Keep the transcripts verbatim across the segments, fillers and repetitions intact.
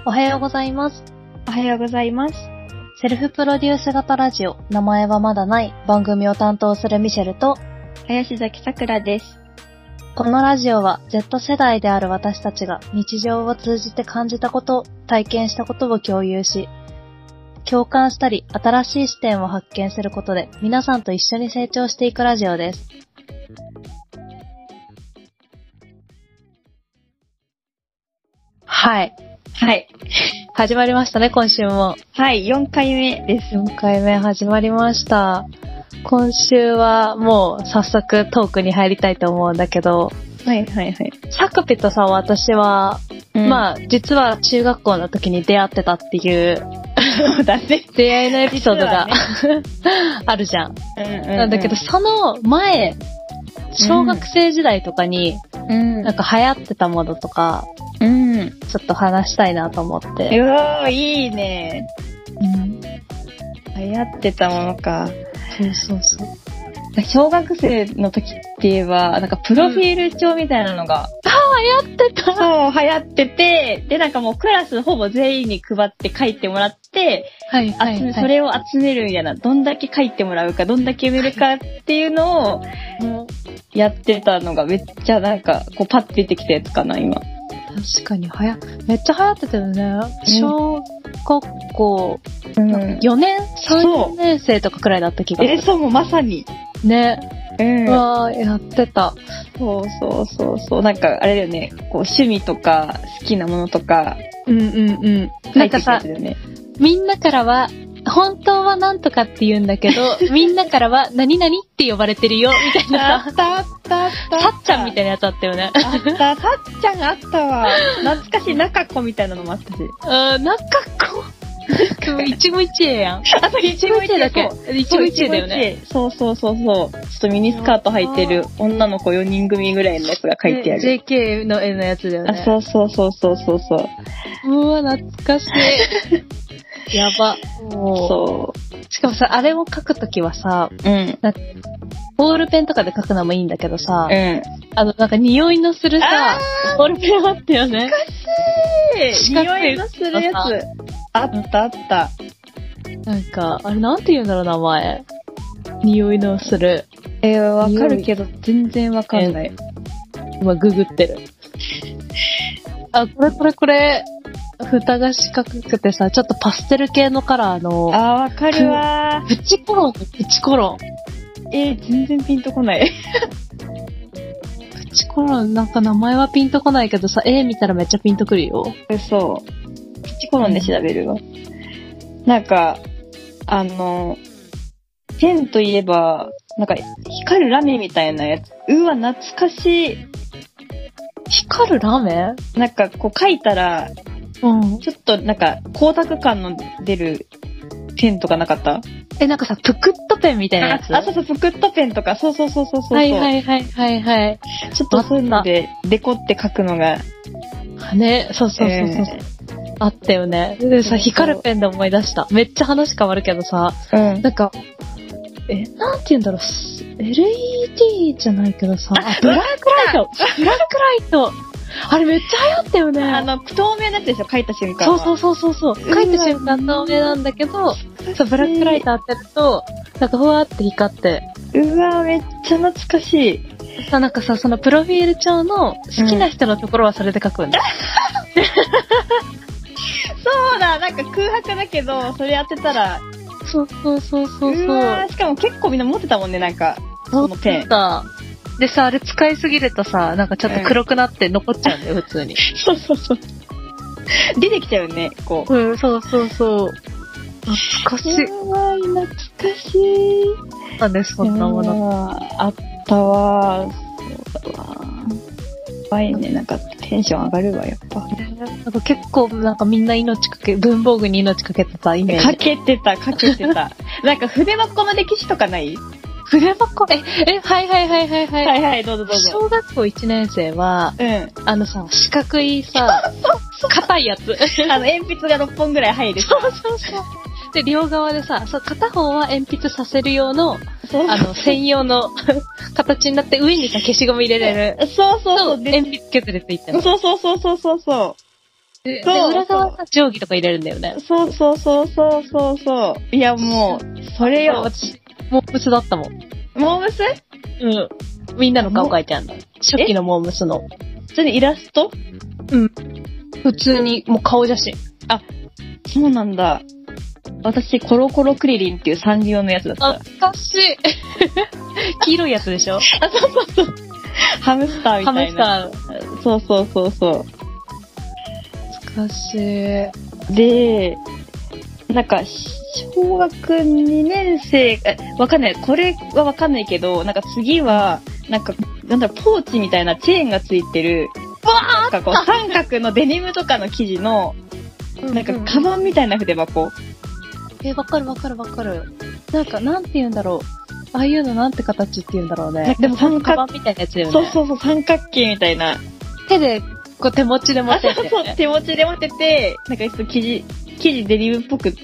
おはようございます。 おはようございます。 セルフプロデュース型ラジオ、名前はまだない番組を担当するミシェルと林崎さくらです。 このラジオは Z 世代である私たちが日常を通じて感じたこと、体験したことを共有し、共感したり新しい視点を発見することで皆さんと一緒に成長していくラジオです。はい。 はい。 始まりましたね、今週も。 はい、よんかいめです。 よんかいめ始まりました。今週はもう早速トークに入りたいと思うんだけど。 はいはいはい。 さくぴとさ、私は、うん、まあ、実は中学校の時に出会ってたっていう、 そうだね。 出会いのエピソードが、ね、あるじゃん。 うんうんうん、 なんだけど、その前、小学生時代とかに、うん、なんか流行ってたものとか、うん、ちょっと話したいなと思って。 うわー、いいね。うん。流行ってたものか。 そうそうそう。 小学生の時って言えば、なんかプロフィール帳みたいなのが、うん、 ああ、流行ってた。 そう、流行ってて、で、なんかもうクラスほぼ全員に配って書いてもらって、 はいはいはい、 それを集めるみたいな、どんだけ書いてもらうか、どんだけ埋めるかっていうのを、やってたのがめっちゃなんか、こうパッて出てきたやつかな、今。 確かに、はや、めっちゃ流行ってたよね。小学校、うん、よねん ?さんねん生とかくらいだった気がする。 え、そう、もうまさに。 ね。 うん。 うわー、やってた。 そうそうそうそう。なんか、あれだよね、こう、趣味とか、好きなものとか。 うんうんうん。なんかさ、みんなからは、本当はなんとかって言うんだけど、みんなからは何々って呼ばれてるよ、みたいな。 あったあったあった。 さっちゃんみたいなやつあったよね。 あった、さっちゃんあったわ。懐かしい中子みたいなのもあったし。 あー、中子。一期一会やん。 あ、そう、一期一会だけ。 一期一会だよね。 そうそうそうそう。ちょっとミニスカート履いてる女の子よにん組ぐらいのやつが書いてある。 ジェーケー の絵のやつだよね。 あ、そうそうそうそうそうそう。 うわ、懐かしい。やば。 そう。 しかもさ、あれを書くときはさ、うん。なんかボールペンとかで書くのもいいんだけどさ、うん。あの、なんか匂いのするさ、ボールペンあったよね。 懐かしい。匂いのするやつ。あったあった。 なんか、あれなんて言うんだろう、名前。匂いのする。 えー、わかるけど、全然わかんない。 今、ググってる。あ、これこれこれ、蓋が四角くてさ、ちょっとパステル系のカラーの。 あー、わかるわー。 プチコロン、プチコロン。 えー、全然ピンとこない。 プチコロン、なんか名前はピンとこないけどさ、絵見たらめっちゃピンとくるよ。 そう。プチコロンで調べるわ。うん、なんか、あの、ペンといえば、なんか、光るラメみたいなやつ。うわ、懐かしい。 光るラメ？ なんか、こう書いたら、うん、ちょっとなんか、光沢感の出るペンとかなかった？ え、なんかさ、プクッとペンみたいなやつ？ あ、そうそう、プクッとペンとか、そうそうそうそうそう。 はいはいはいはいはい。 ちょっとそういうので、デコって書くのが。 ね、そうそうそうそう。えーあったよね。でさ、光るペンで思い出した。めっちゃ話変わるけどさ、うん、なんか、え、なんて言うんだろう、エルイーディー じゃないけどさ、あ、ブラックライトブラックライトあれめっちゃ流行ったよね。 あの、透明なやつでしょ、書いた瞬間。 そうそうそうそう。書いた瞬間透明なんだけど、そう、ブラックライト当てると、なんかふわーって光って。 うわー、めっちゃ懐かしい。 さ、なんかさ、そのプロフィール帳の好きな人のところはそれで書くんだ。うんそうだ、なんか空白だけど、それ当てたら。 そうそうそうそうそう。うわしかも結構みんな持ってたもんね、なんか、そのペン。 でさ、あれ使いすぎるとさ、なんかちょっと黒くなって残っちゃうんだよ、うん、普通に。 そうそうそう。出てきちゃうね、こう。 うん、そうそうそう。懐かしい。 うわー、懐かしい。 なんでそんなもの。 あったわー。そうだわー。やばいね、なんかテンション上がるわ、やっぱ。 なんか結構なんかみんな命かけ、文房具に命かけてたイメージ。 かけてた、かけてた。なんか筆箱の歴史とかない？ 筆箱え、え、はいはいはいはいはい。 はいはい、どうぞどうぞ。 小学校いちねん生は、うん。あのさ、四角いさ、硬いやつ。 あの、鉛筆がろっぽんぐらい入る。 そうそうそう。で、両側でさ、そう、片方は鉛筆させる用の、あの、専用の形になって、上にさ、消しゴム入れれる。 そうそうそう。 鉛筆削れていったの。 そうそうそうそうそうそう。 で、裏側さ、定規とか入れるんだよね。 そうそうそうそうそうそう。いや、もう、それよ。 私、モームスだったもん。 モームス？ うん。みんなの顔描いてあるの。初期のモームスの。 普通にイラスト？ うん。普通に、もう顔写真。 あ、そうなんだ。私、コロコロクリリンっていうサンリオのやつだった。 懐かしい。黄色いやつでしょ？あ、 そうそうそう。ハムスターみたいな。ハムスター。そうそうそうそう。 懐かしい。 で、なんか、小学にねん生、え、わかんない。これはわかんないけど、なんか次は、なんか、なんだろ、ポーチみたいなチェーンがついてる、なんかこう、三角のデニムとかの生地の、なんか、カバンみたいな筆箱。 え、わかるわかるわかる。なんか、なんて言うんだろう。ああいうのなんて形って言うんだろうね。 でも三角、 カバンみたいなやつだよね。 そうそうそう、三角形みたいな。 手で、こう手持ちで持ってて、ね。 そうそう、手持ちで持ってて、なんか生地、生地デニムっぽくって、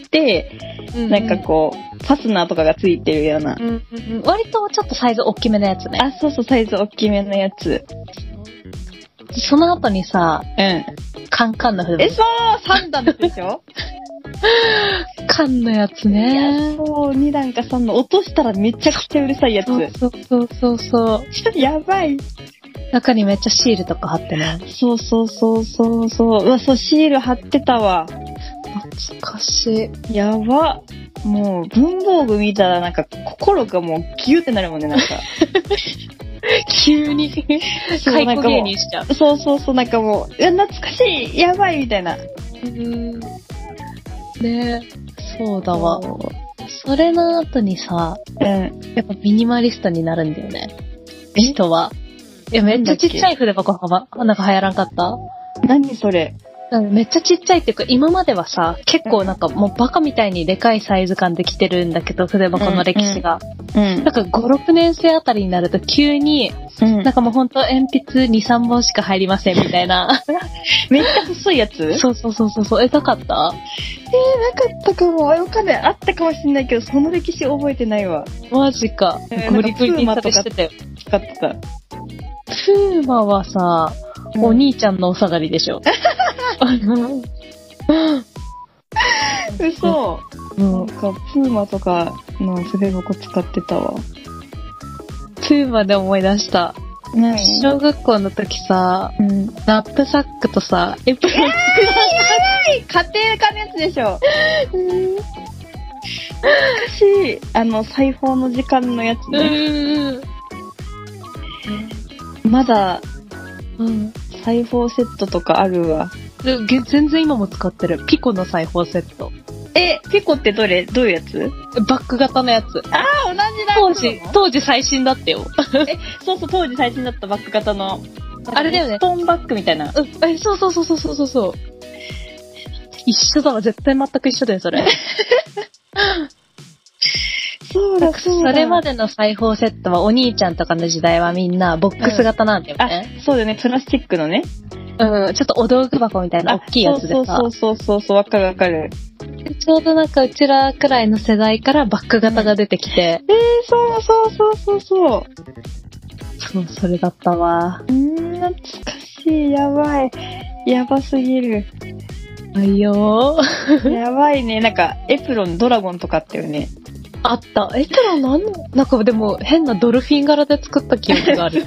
うんうん、なんかこう、ファスナーとかがついてるような、 うんうんうん。割とちょっとサイズ大きめのやつね。 あ、そうそう、サイズ大きめのやつ。 その後にさ、 うん。 カンカンの筆。 え、そうさん段でしょ缶のやつね。 そう、に段かさんの落としたらめちゃくちゃうるさいやつ。 そうそうそうそう。 やばい。 中にめっちゃシールとか貼ってね。 そうそうそうそうそう。うわ、そう、シール貼ってたわ。 懐かしい。 やば。もう、文房具見たらなんか心がもうギュってなるもんね、なんか。 急に、解雇芸人しちゃう。 そうそうそう、なんかもう、いや、懐かしい、やばい、みたいな。 うん。ね、そうだわ。それの後にさ、うん。やっぱミニマリストになるんだよね。人は。いや、めっちゃちっちゃい筆箱はなんか流行らんかった？ 何それ？ めっちゃちっちゃいっていうか、今まではさ、結構なんかもうバカみたいにでかいサイズ感できてるんだけど、筆箱の歴史が。うんうん、なんかご、ろくねん生あたりになると急に、うん、なんかもうほんと鉛筆に、さんぼんしか入りませんみたいな。 めっちゃ細いやつ？ そうそうそうそう。え、なかった？ えー、なかったかも。わかんない。あったかもしんないけど、その歴史覚えてないわ。 マジか。 えー、ゴリゴリにされしてたよ。使ってた。 プーマはさ、うん、お兄ちゃんのお下がりでしょ。 嘘。うん、なんか、プーマとかの筆箱使ってたわ。 プーマで思い出した。小学校の時さ、うん、ナップサックとさ、エプロン作った。 家庭科のやつでしょ。懐かしい。あの、裁縫の時間のやつね。まだ、うん、裁縫セットとかあるわ。 全然今も使ってる。ピコの裁縫セット。 え、ピコってどれ？どういうやつ？ バッグ型のやつ。 ああ、同じだ。 当時、当時最新だったよ。 え、そうそう、当時最新だったバッグ型の。 あれだよね。 ストーンバッグみたいな。 うん、え、そうそうそうそうそうそう。一緒だわ、絶対全く一緒だよ、それ。 そうだ、そうだ。それまでの裁縫セットはお兄ちゃんとかの時代はみんなボックス型なんだよね。 うん、あ、そうだね、プラスチックのね。 うん、ちょっとお道具箱みたいな大きいやつでさ。 そうそうそうそう、わかるわかる。 ちょうどなんかうちらくらいの世代からバッグ型が出てきて。 うん、えー、そうそうそうそうそう。 そう、それだったわ。 うーん、懐かしい、やばい。やばすぎる。 あいよー。やばいね、なんかエプロンドラゴンとかあったよね。 あった。エプロンなんのなんかでも変なドルフィン柄で作った記憶がある。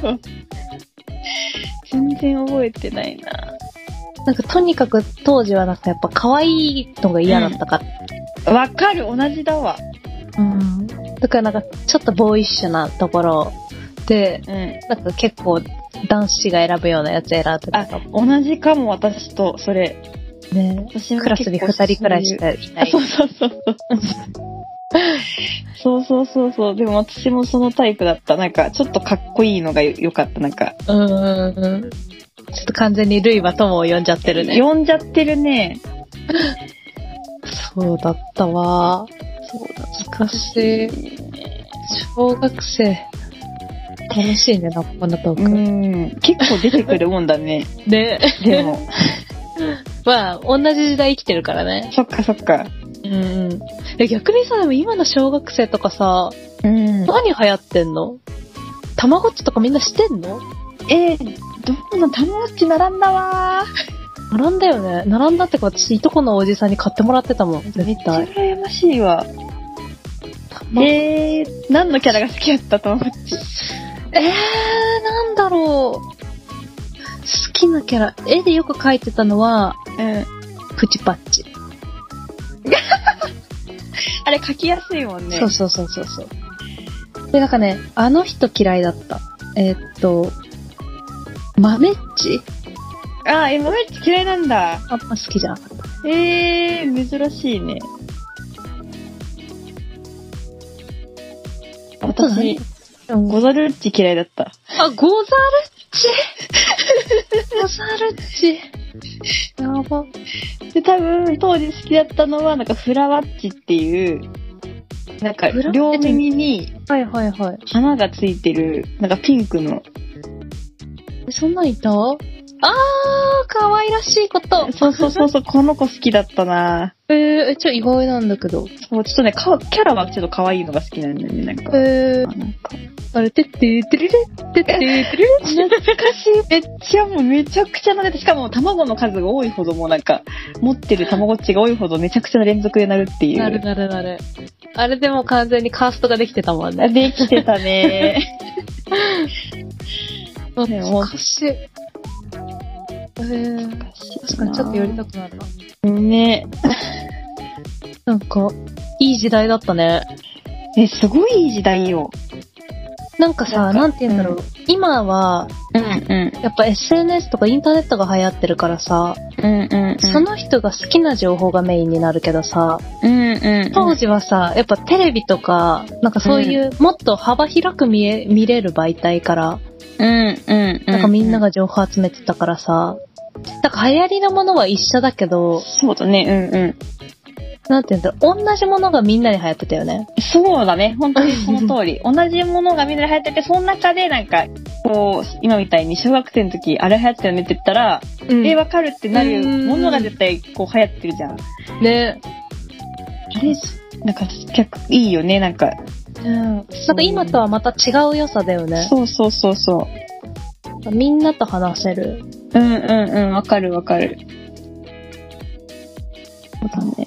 全然覚えてないな。 なんかとにかく当時はなんかやっぱ可愛いのが嫌だったから。 わ、うん、かる、同じだわ。 うん。だからなんかちょっとボーイッシュなところで、うん、なんか結構男子が選ぶようなやつ選んでたかも。 あ、同じかも、私と、それ。 ね、私クラスにふたりくらいしかいない。 そうそうそうそう。そうそうそうそう。でも私もそのタイプだった。なんか、ちょっとかっこいいのが良かった、なんか。 うんうんうん。ちょっと完全にルイは友を呼んじゃってるね。 呼んじゃってるね。 そうだったわ。そうだ、懐かしい。小学生。楽しいね、な、このトーク。 うん。結構出てくるもんだね。 ね。 でも。 まあ、同じ時代生きてるからね。 そっかそっか。 うんうん。え、逆にさ、でも今の小学生とかさ、うん、何流行ってんの？たまごっちとかみんなしてんの？ えー、どうもたまごっち並んだわ並んだよね。並んだってか私、いとこのおじさんに買ってもらってたもん。絶対。 めっちゃ羨ましいわ。えー、何のキャラが好きやったと思って。 えー、なんだろう。好きなキャラ。絵でよく描いてたのは、 うん。 プチパッチ。 あれ描きやすいもんね。 そうそうそうそうそう。で、なんかね、あの人嫌いだった。えー、っと、マメッチ？ あー、え、マメッチ嫌いなんだ。 あんま好きじゃなかった。 えー、珍しいね。私、ゴザルッチ嫌いだった。 あ、ゴザルッチゴザルッチ。やば。 で、多分、当時好きだったのは、なんか、フラワッチっていう、なんか、両耳に、 はいはいはい。 花がついてる、なんかピンクの。 そんなんいた？あー、可愛らしいこと。 そうそうそうそう、この子好きだったな。 えー、ちょ、意外なんだけど。 そう、ちょっとね、かキャラはちょっと可愛いのが好きなんだよね、なんか。 えー、 なんかあれ、てってーてれれってってーてれれ懐かしい。めっちゃもうめちゃくちゃなれて、しかも卵の数が多いほどもなんか、持ってる卵っちが多いほどめちゃくちゃな連続でなるっていう。 なるなるなる。あれでも完全にカーストができてたもんね。 できてたね。 懐かしい。えー、確かにちょっとやりたくなるな。 ね。 なんか、いい時代だったね。 え、すごいいい時代よ。 なんかさ、なんかなんて言うんだろう。うん、今は、 うんうん、 やっぱ エスエヌエス とかインターネットが流行ってるからさ、 うんうんうん、 その人が好きな情報がメインになるけどさ、 うんうんうん、 当時はさ、やっぱテレビとか、なんかそういう、もっと幅広く見え、見れる媒体から、 うんうんうん、 なんかみんなが情報集めてたからさ、なんか流行りのものは一緒だけど、 そうだね、うんうん。 なんて言うんだろう、同じものがみんなに流行ってたよね。 そうだね、本当にその通り。同じものがみんなに流行ってて、その中でなんか、こう、今みたいに小学生の時、あれ流行ってたよねって言ったら、うん、え、わかるってなるものが絶対こう流行ってるじゃん。 ね。 あれ、なんか、結構いいよね、なんか。 うん。なんか今とはまた違う良さだよね。 そうそうそうそう。 みんなと話せる。 うんうんうん、わかるわかる。そうだね。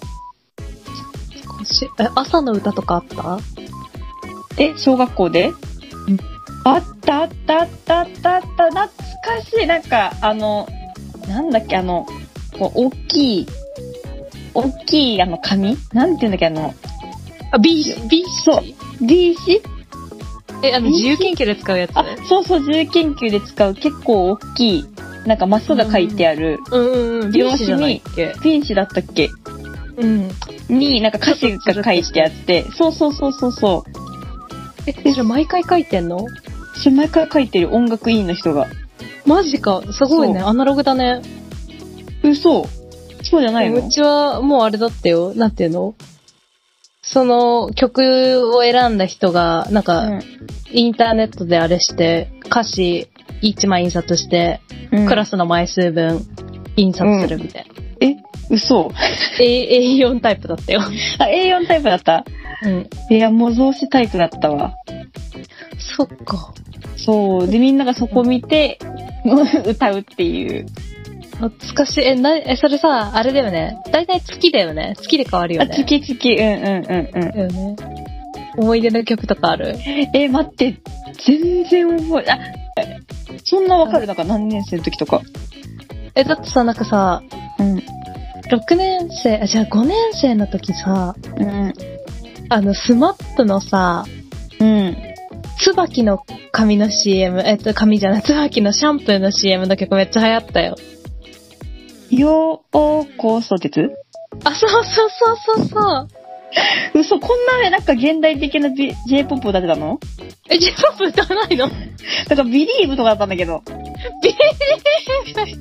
え、朝の歌とかあった？ え、小学校で？うん。あったあったあったあったあった、懐かしい。なんか、あの、なんだっけ、あの、こう、大きい、大きい、あの、紙？なんていうんだっけ、あの、 あ、B 紙？ B そう。B 紙？ え、あの、自由研究で使うやつ？ あ、そうそう、自由研究で使う結構大きい、なんかマスが書いてある。 うんうんうん。 用紙に、B 紙だったっけ？ うん。 に、なんか歌詞が書いてあって、そうそうそうそうそう。 え、それ毎回書いてんの？ それ毎回書いてる、音楽委員の人が。 マジか、すごいね、アナログだね。 嘘？そうじゃないの？ うちはもうあれだったよ、なんていうの？その曲を選んだ人が、なんか、うん、インターネットであれして、歌詞いちまい印刷して、うん、クラスの枚数分印刷するみたいな。 うん、え？嘘？ エーよん タイプだったよ。 あ、エーよん タイプだった？うん。いや、模造紙タイプだったわ。 そっか。 そう。で、みんながそこ見て、歌うっていう。 懐かしい。え、な、え、それさ、あれだよね。だいたい月だよね。月で変わるよね。 あ、月月、うんうんうんうん。 だよね。思い出の曲とかある？ え、待って。全然覚え、あ、そんなわかる？なんか何年生の時とか。 え、だってさ、なんかさ、うん。ろくねん生、あ、じゃあごねん生の時さ、うん。あの、スマップのさ、うん。椿の髪の シーエム、えっと、髪じゃない、椿のシャンプーの シーエム の曲めっちゃ流行ったよ。 よーこそ鉄？ あ、そうそうそうそうそう。 嘘、こんなね、なんか現代的な J-ポップ 歌ってたの？ え、J-ポップ 歌わないの？ なんかビリーブとかだったんだけど。 ビリーブ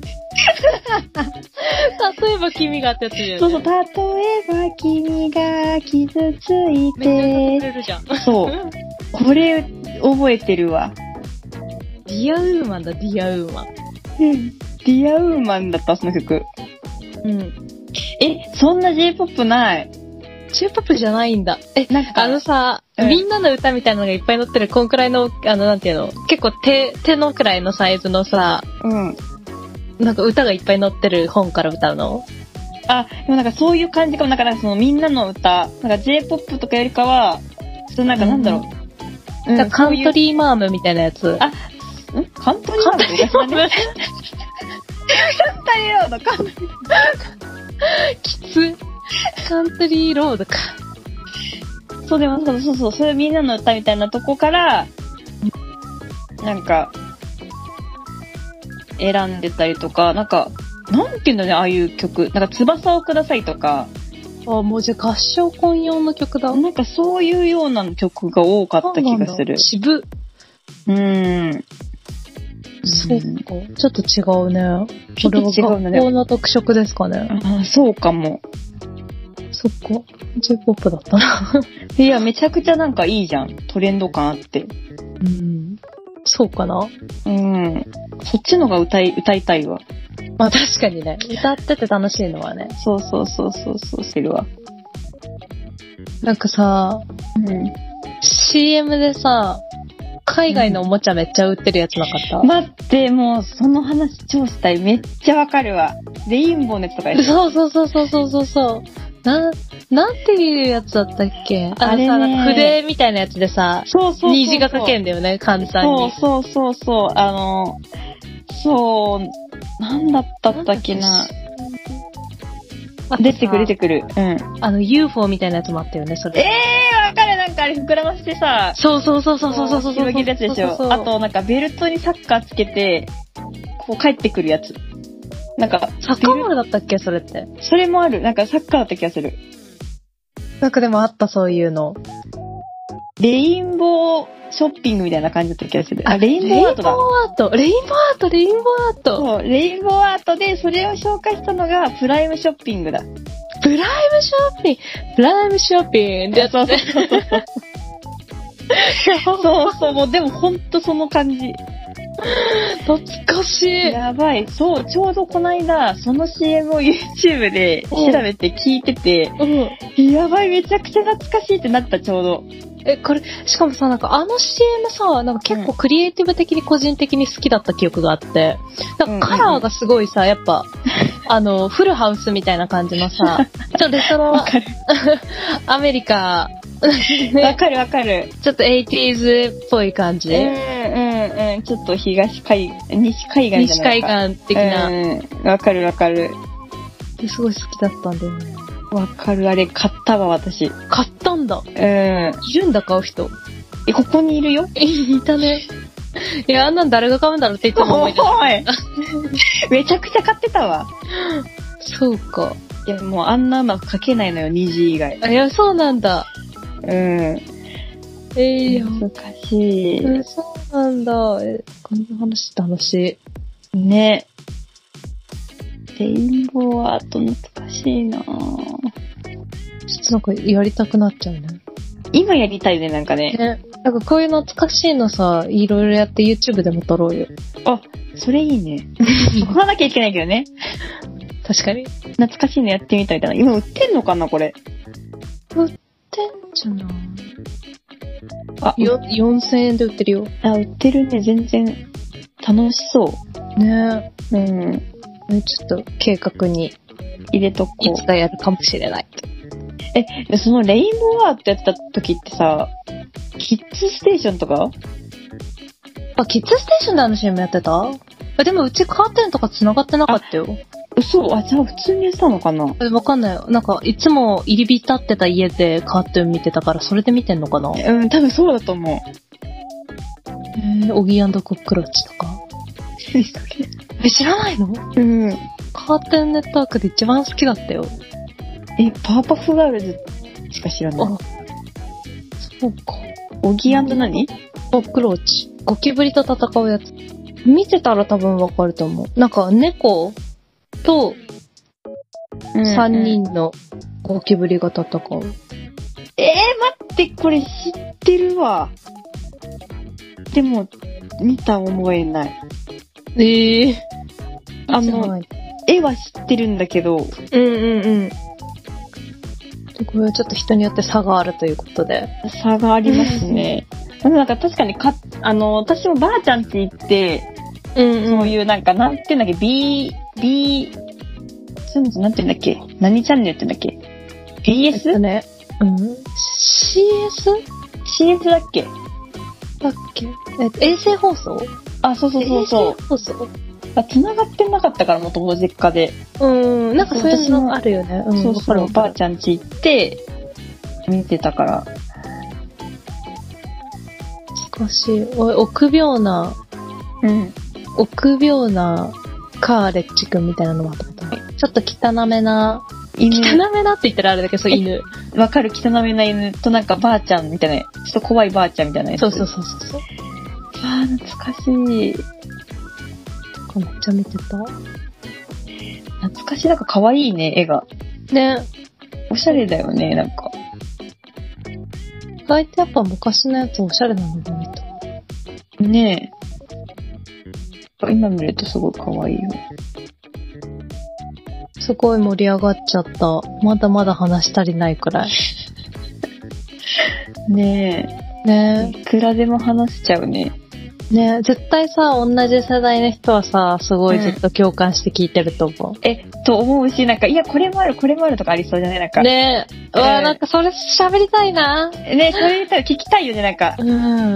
例えば君がってやつだよね。 そうそう、例えば君が傷ついて。 めっちゃ歌ってくれるじゃん。 そう。これ、覚えてるわ。 ディアウーマンだ、ディアウーマン。 うん。ディアウーマンだった、その曲。うん。え、そんな J-ポップ ない？ J-ポップ じゃないんだ。え、なんかあのさ、うん、みんなの歌みたいなのがいっぱい載ってる、こんくらいの、あの、なんていうの、結構手、手のくらいのサイズのさ、うん。 なんか歌がいっぱい載ってる本から歌うの？ あ、でもなんかそういう感じかも。なんかそのみんなの歌、なんか J-ポップ とかよりかは、そのなんかなんだろう。 うんうん、カントリーマームみたいなやつ。 あ、んカントリーマームってカントリーマームカントリーロード、カントリーきつ。カントリーロードか。 そうでもそうそうそう、そういうみんなの歌みたいなとこから、なんか、選んでたりとか、なんか、なんていうんだね、ああいう曲。なんか、翼をくださいとか。 あ、もうじゃあ合唱混用の曲だ。 なんかそういうような曲が多かった気がする。 渋。 うーん。 そっか。ちょっと違うね。 ちょっと違うね。 学校の特色ですかね。 あ、そうかも。 そっか。J-ポップ だったな。 いや、めちゃくちゃなんかいいじゃん。トレンド感あって。 うん。そうかな。 うん。そっちのが歌い、歌いたいわ。 まあ確かにね。歌ってて楽しいのはね。 そうそうそうそうそう、してるわ。 なんかさ、 うん。 シーエム でさ、海外のおもちゃめっちゃ売ってるやつなかった、 うん、待って、もうその話超したい。めっちゃわかるわ。レインボーのやつとかやつ。 そうそうそうそうそうそうそう。な、なんていうやつだったっけ？あれさ、なんか筆みたいなやつでさ、 そうそうそうそう、 虹が書けんだよね、簡単に。 そうそうそうそう、あの、そう、なんだったっけな。出てくる出てくる。うん。 あの ユーフォー みたいなやつもあったよね、それ。 ええー、わかる。なんかあれ膨らましてさ。 そうそうそうそうそうそうそう。 広げるやつでしょ。あとなんかベルトにサッカーつけて、こう帰ってくるやつ。なんか、 サッカーボールだったっけそれって。 それもある。なんかサッカーだった気がする。 なんかでもあった、そういうの。 レインボーショッピングみたいな感じだった気がする。あ、レインボーアートだ。 レインボーアート、レインボーアート、レインボーアート。 そう、レインボーアートで、それを紹介したのが、プライムショッピングだ。 プライムショッピング、プライムショッピング。 そうそうそうそう。そうそう、もうでもほんとその感じ。 懐かしい。 やばい。そう、ちょうどこの間、その シーエム を YouTube で調べて聞いてて、うん、やばい、めちゃくちゃ懐かしいってなった、ちょうど。 え、これ、しかもさ、なんかあの シーエム さ、なんか結構クリエイティブ的に個人的に好きだった記憶があって、なんかカラーがすごいさ、やっぱ、あの、フルハウスみたいな感じのさ、ちょっとレトロ、アメリカ、 わかるわかる。 ちょっと エイティーズ っぽい感じ。 うんうんうん。ちょっと東海、西海岸じゃないか。 西海岸的な。 うん。わかるわかる。 すごい好きだったんだよね。 わかる。あれ、買ったわ、私。 買ったんだ。 うん。 いるんだ、買う人。 え、ここにいるよ。 いたね。いや、あんなん誰が買うんだろうっていつも思い出す。めちゃくちゃ買ってたわ。 そうか。 いや、もうあんなうまく書けないのよ、虹以外。 いや、そうなんだ。 うん。 えー、 難しい。 えー、そうなんだ。え、この話楽しい。ね。レインボーアート懐かしいなぁ。ちょっとなんかやりたくなっちゃうね。 今やりたいね、なんかね。 ね。なんかこういう懐かしいのさ、いろいろやって YouTube でも撮ろうよ。 あ、それいいね。撮らなきゃいけないけどね。 確かに。 懐かしいのやってみたいかな。今売ってんのかな、これ。 売ってんじゃない？あ、よ、よんせんえんで売ってるよ。 あ、売ってるね。全然楽しそう。 ねえ。うん。 ちょっと計画に入れとこう。 いつかやるかもしれない。 え、そのレインボーアートやってた時ってさ、キッズステーションとか？ あ、キッズステーションであの シーエム やってた？でもうちカーテンとか繋がってなかったよ。 嘘？あ、じゃあ普通にやってたのかな？ え、わかんないよ。なんか、いつも入り浸ってた家でカーテン見てたから、それで見てんのかな？ うん、多分そうだと思う。 えー、オギー&コックロッチとか。え、知らないの？ うん。 カーテンネットワークで一番好きだったよ。 え、パワーパフガールズしか知らない。あ、 そうか。 オギー&何？ コックローチ。ゴキブリと戦うやつ。見てたら多分わかると思う。なんか、猫と、さんにんのゴキブリが戦う。うんうん、 えー、待って、これ知ってるわ。でも、見た覚えない。 ええー。 あの、絵は知ってるんだけど。うんうんうん。これはちょっと人によって差があるということで。 差がありますね。なんか確かにか、あの、私もばあちゃん家行って、 うんうん、 そういうなんか、なんていうんだっけ、B、B、そういうのなんていうんだっけ、何チャンネルって言うんだっけ ?ビーエス？ えっとね、うん。シーエス？ シーエス だっけだっけ、えっと、衛星放送？ あ、そうそうそうそう。 衛星放送？ 繋がってなかったから、もともと実家で。 うん、なんかそういうのあるよね。 うん、そうそう、ばあちゃん家行って、見てたから。 少し、おい、臆病な、 うん。 臆病なカーレッチ君みたいなのもあったことない。ちょっと汚めな、 犬。 汚めなって言ったらあれだけど、そう、犬。 わかる、汚めな犬となんかばあちゃんみたいな、ちょっと怖いばあちゃんみたいなやつ。 そうそうそうそうそう。 ああ、懐かしい。 めっちゃ見てた。 懐かしい、なんか可愛いね、絵が。 ね。 おしゃれだよね、なんか。 意外とやっぱ昔のやつおしゃれなのだと。 ねえ。今見るとすごい可愛いよ。 すごい盛り上がっちゃった。まだまだ話足りないくらい。 ねえ。ねえ。いくらでも話しちゃうね。 ね、絶対さ、同じ世代の人はさ、すごいずっと共感して聞いてると思う。 うん、え、と思うし、なんか、いや、これもある、これもあるとかありそうじゃないなんか。 ねえ。うわ、なんかそれ喋りたいな。 ね、それ言ったら聞きたいよね、なんか。うん。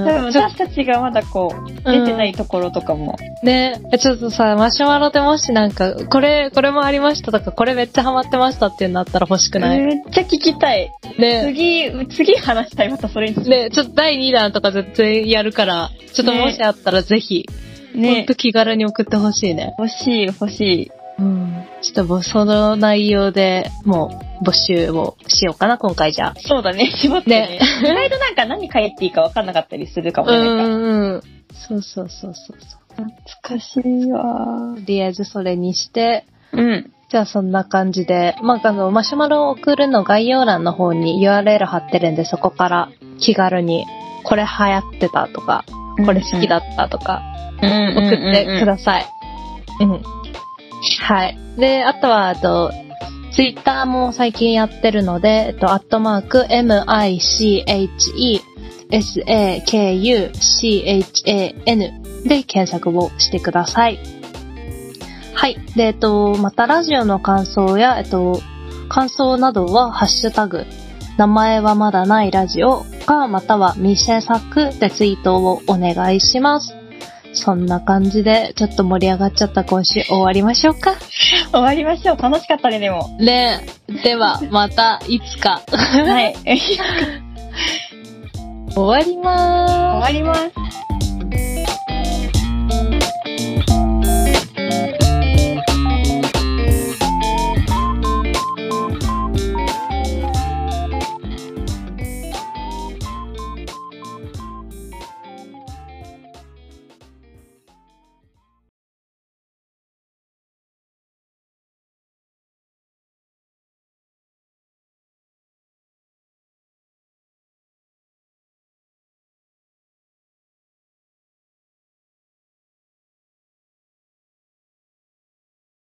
多分私たちがまだこう、出てないところとかも。 うん、ねえ、ちょっとさ、マシュマロでもしなんか、これ、これもありましたとか、これめっちゃハマってましたっていうのあったら欲しくない？ めっちゃ聞きたい。ね次、次話したい、またそれに。 ねちょっとだいにだんとか絶対やるから、ちょっともしあったらぜひ。ね、ほんと気軽に送ってほしいね。 欲しい、欲しい。 うん。ちょっとその内容でもう募集をしようかな、今回じゃあ。 そうだね、絞ってね。ね意外となんか何書いていいか分かんなかったりするかもね。 うんうん。そうそうそうそう。 懐かしいわ。 とりあえずそれにして、 うん。 じゃあそんな感じで、まあ、あの、マシュマロを送るの概要欄の方に ユーアールエル 貼ってるんで、そこから気軽に、これ流行ってたとか、これ好きだったとか、送ってください。うん。はい。で、あとは、あと、ツイッターも最近やってるので、えっと、アットマーク、エムアイシーエイチイーエスエーケーユーシーエイチエーエヌ で検索をしてください。はい。で、えっと、またラジオの感想や、えっと、感想などは、ハッシュタグ、名前はまだないラジオか、またはミシェサクでツイートをお願いします。そんな感じで、ちょっと盛り上がっちゃった今週終わりましょうか。 終わりましょう。楽しかったね、でも。 ねえ。では、またいつか。 はい。 終わりまーす。 終わります。